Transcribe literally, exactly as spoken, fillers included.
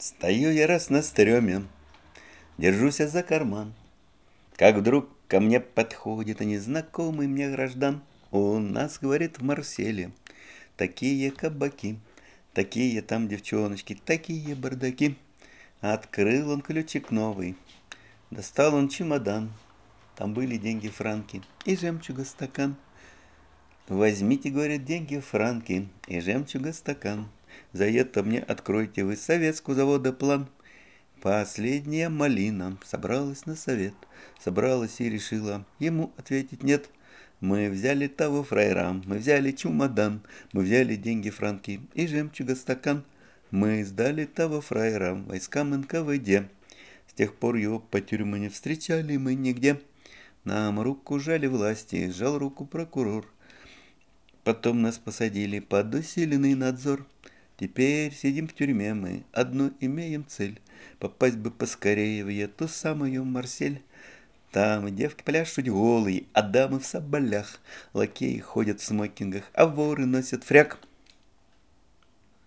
Стою я раз на стреме, держусь я за карман, как вдруг ко мне подходит незнакомый мне граждан. У нас, говорит, в Марселе такие кабаки, такие там девчоночки, такие бардаки. Открыл он ключик новый, достал он чемодан, там были деньги франки и жемчуга стакан. Возьмите, говорит, деньги франки и жемчуга стакан. За это мне откройте вы советскую завода план. Последняя малина собралась на совет, собралась и решила ему ответить нет. Мы взяли того фраера, мы взяли чемодан, мы взяли деньги франки и жемчуга стакан. Мы сдали того фраера войскам эн ка вэ дэ. С тех пор его по тюрьме не встречали мы нигде. Нам руку жали власти, сжал руку прокурор. Потом нас посадили под усиленный надзор. Теперь сидим в тюрьме мы, одну имеем цель — попасть бы поскорее в эту самую Марсель. Там девки пляшут голые, а дамы в соболях, лакеи ходят в смокингах, а воры носят фряк.